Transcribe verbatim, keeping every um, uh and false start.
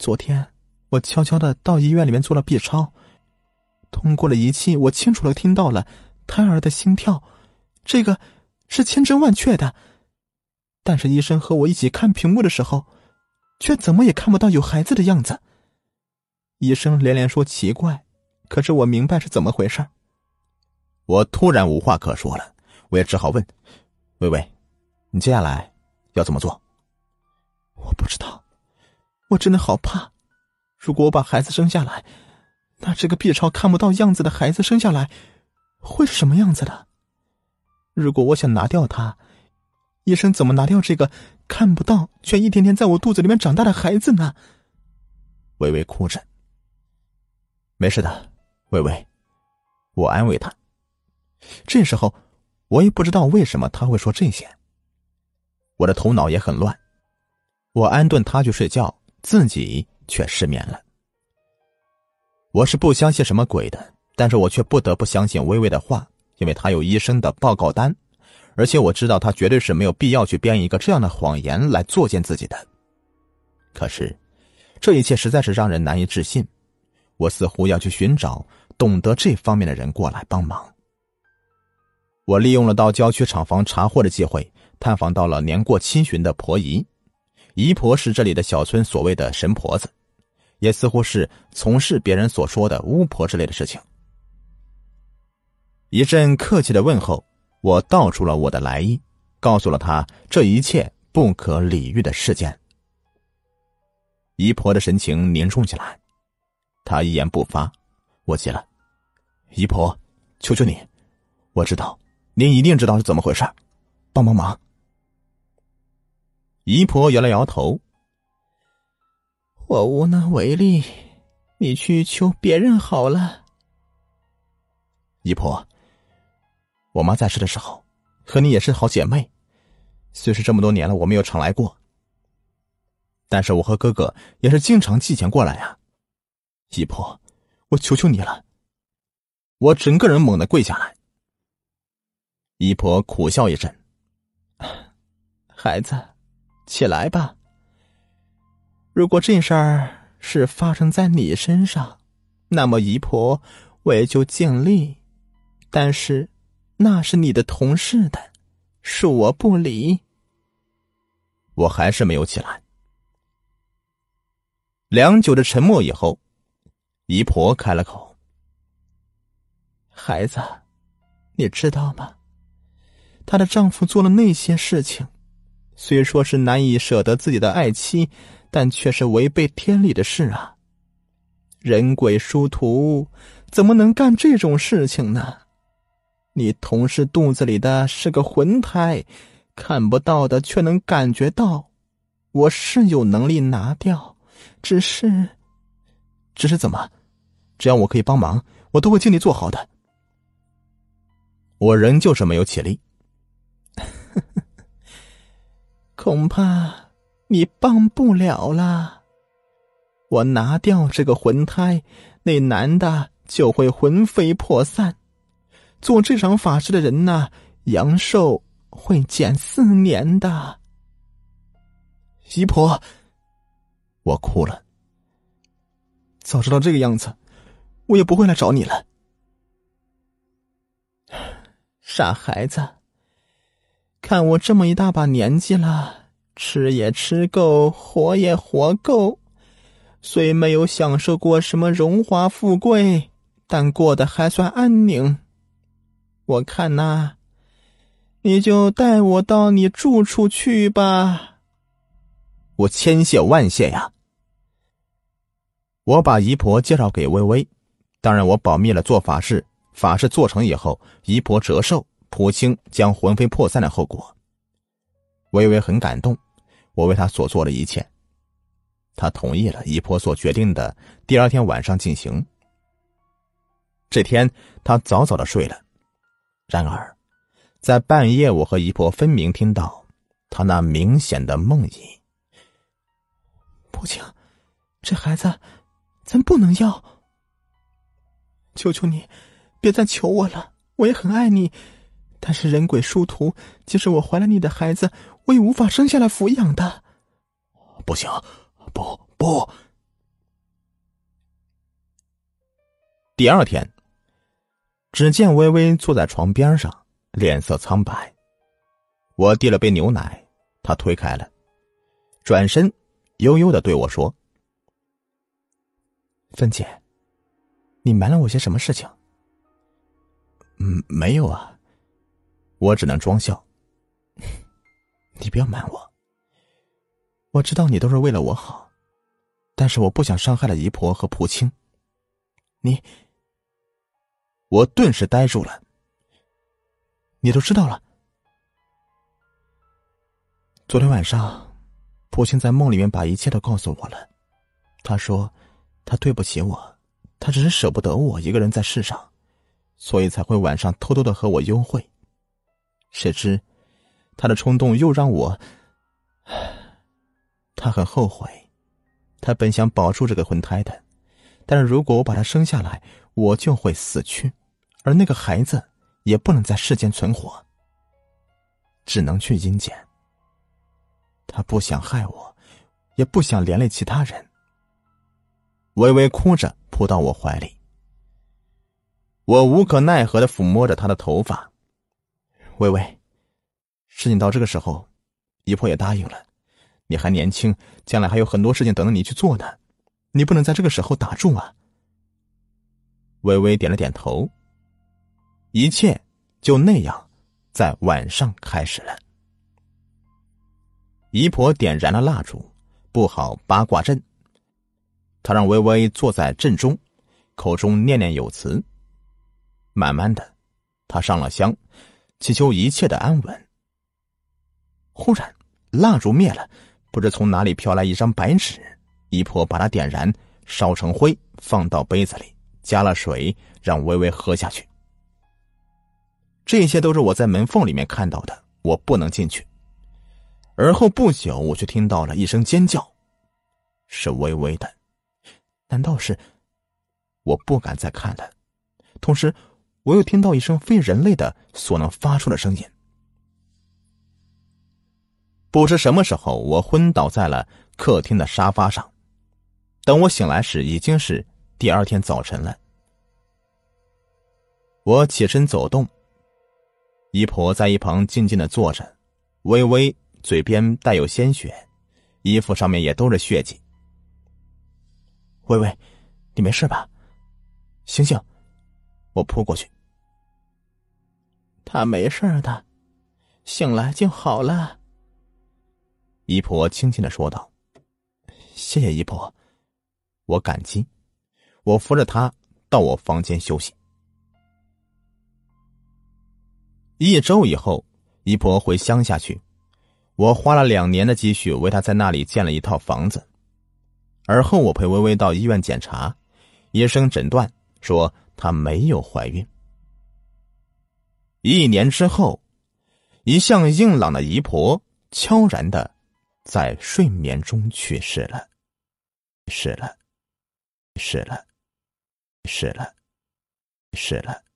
昨天我悄悄的到医院里面做了 B 超，通过了仪器，我清楚的听到了胎儿的心跳，这个是千真万确的。但是医生和我一起看屏幕的时候，却怎么也看不到有孩子的样子。医生连连说奇怪，可是我明白是怎么回事。 我突然无话可说了，我也只好问：薇薇，你接下来要怎么做？ 我不知道，我真的好怕。如果我把孩子生下来，那这个 B 超看不到样子的孩子生下来会是什么样子的？如果我想拿掉他，医生怎么拿掉这个看不到却一天天在我肚子里面长大的孩子呢？ 薇薇哭着。没事的，薇薇，我安慰她。这时候我也不知道为什么她会说这些，我的头脑也很乱。我安顿她去睡觉，自己却失眠了。我是不相信什么鬼的，但是我却不得不相信薇薇的话，因为她有医生的报告单，而且我知道她绝对是没有必要去编一个这样的谎言来作践自己的。可是这一切实在是让人难以置信，我似乎要去寻找懂得这方面的人过来帮忙。我利用了到郊区厂房查货的机会，探访到了年过七旬的婆姨。姨婆是这里的小村所谓的神婆子，也似乎是从事别人所说的巫婆之类的事情。一阵客气的问候，我道出了我的来意，告诉了她这一切不可理喻的事件。姨婆的神情凝重起来，她一言不发。我急了：姨婆，求求你，我知道您一定知道是怎么回事，帮帮忙。姨婆摇了摇头： 我无能为力，你去求别人好了。 姨婆，我妈在世的时候和你也是好姐妹，虽是这么多年了我没有常来过，但是我和哥哥也是经常寄钱过来啊。姨婆，我求求你了。我整个人猛地跪下来。姨婆苦笑一阵： 孩子，起来吧。如果这事儿是发生在你身上，那么姨婆我也就尽力，但是那是你的同事的，恕我不理。 我还是没有起来。良久的沉默以后，姨婆开了口： 孩子，你知道吗？她的丈夫做了那些事情，虽说是难以舍得自己的爱妻，但却是违背天理的事啊。人鬼殊途，怎么能干这种事情呢？你同事肚子里的是个魂胎，看不到的却能感觉到。我是有能力拿掉，只是只是怎么？只要我可以帮忙，我都会尽力做好的。我仍旧是没有起立。 恐怕你帮不了了。我拿掉这个魂胎，那男的就会魂飞魄散。做这场法事的人呢，阳寿会减四年的。 姨婆，我哭了。早知道这个样子，我也不会来找你了。 傻孩子，看我这么一大把年纪了，吃也吃够，活也活够，虽没有享受过什么荣华富贵，但过得还算安宁。我看呐，你就带我到你住处去吧。 我千谢万谢呀。我把姨婆介绍给薇薇，当然我保密了做法事，法事做成以后，姨婆折寿，普清将魂飞魄散的后果。薇薇很感动我为她所做的一切，她同意了姨婆所决定的第二天晚上进行。这天她早早的睡了，然而在半夜我和姨婆分明听到她那明显的梦呓。 不行，这孩子咱不能要。求求你别再求我了，我也很爱你，但是人鬼殊途，即使我怀了你的孩子，我也无法生下来抚养的。 不行，不不， 第二天，只见微微坐在床边上，脸色苍白。我递了杯牛奶，她推开了，转身悠悠地对我说：“ 芬姐，你瞒了我些什么事情？”“ 嗯，没有啊。”我只能装笑。 “你不要瞒我，我知道你都是为了我好，但是我不想伤害了姨婆和蒲青。你……” 我顿时呆住了。 “你都知道了？”“昨天晚上，蒲青在梦里面把一切都告诉我了。他说他对不起我，他只是舍不得我一个人在世上，所以才会晚上偷偷的和我幽会。谁知他的冲动又让我……他很后悔。他本想保住这个魂胎的，但是如果我把他生下来，我就会死去，而那个孩子也不能在世间存活，只能去阴间。他不想害我，也不想连累其他人。” 微微哭着扑到我怀里，我无可奈何地抚摸着她的头发。 “微微，事情到这个时候，姨婆也答应了，你还年轻，将来还有很多事情等着你去做呢，你不能在这个时候打住啊。” 微微点了点头。一切就那样在晚上开始了。姨婆点燃了蜡烛，布好八卦阵。她让微微坐在阵中，口中念念有词。慢慢的，她上了香，祈求一切的安稳。忽然蜡烛灭了，不知从哪里飘来一张白纸，姨婆把它点燃，烧成灰，放到杯子里，加了水，让微微喝下去。这些都是我在门缝里面看到的，我不能进去。而后不久，我却听到了一声尖叫，是微微的。 难道是……我不敢再看了。同时我又听到一声非人类的所能发出的声音。 不知什么时候，我昏倒在了客厅的沙发上。等我醒来时，已经是第二天早晨了。我起身走动，姨婆在一旁静静地坐着，微微嘴边带有鲜血，衣服上面也都是血迹。 “微微，你没事吧？醒醒！”我扑过去。“他没事的，醒来就好了。” 姨婆轻轻地说道。 “谢谢姨婆。” 我感激。我扶着她到我房间休息。一周以后，姨婆回乡下去，我花了两年的积蓄为她在那里建了一套房子。而后我陪微微到医院检查，医生诊断说她没有怀孕。一年之后，一向硬朗的姨婆悄然的在睡眠中去世了，去世了，去世了，去世了，去世了。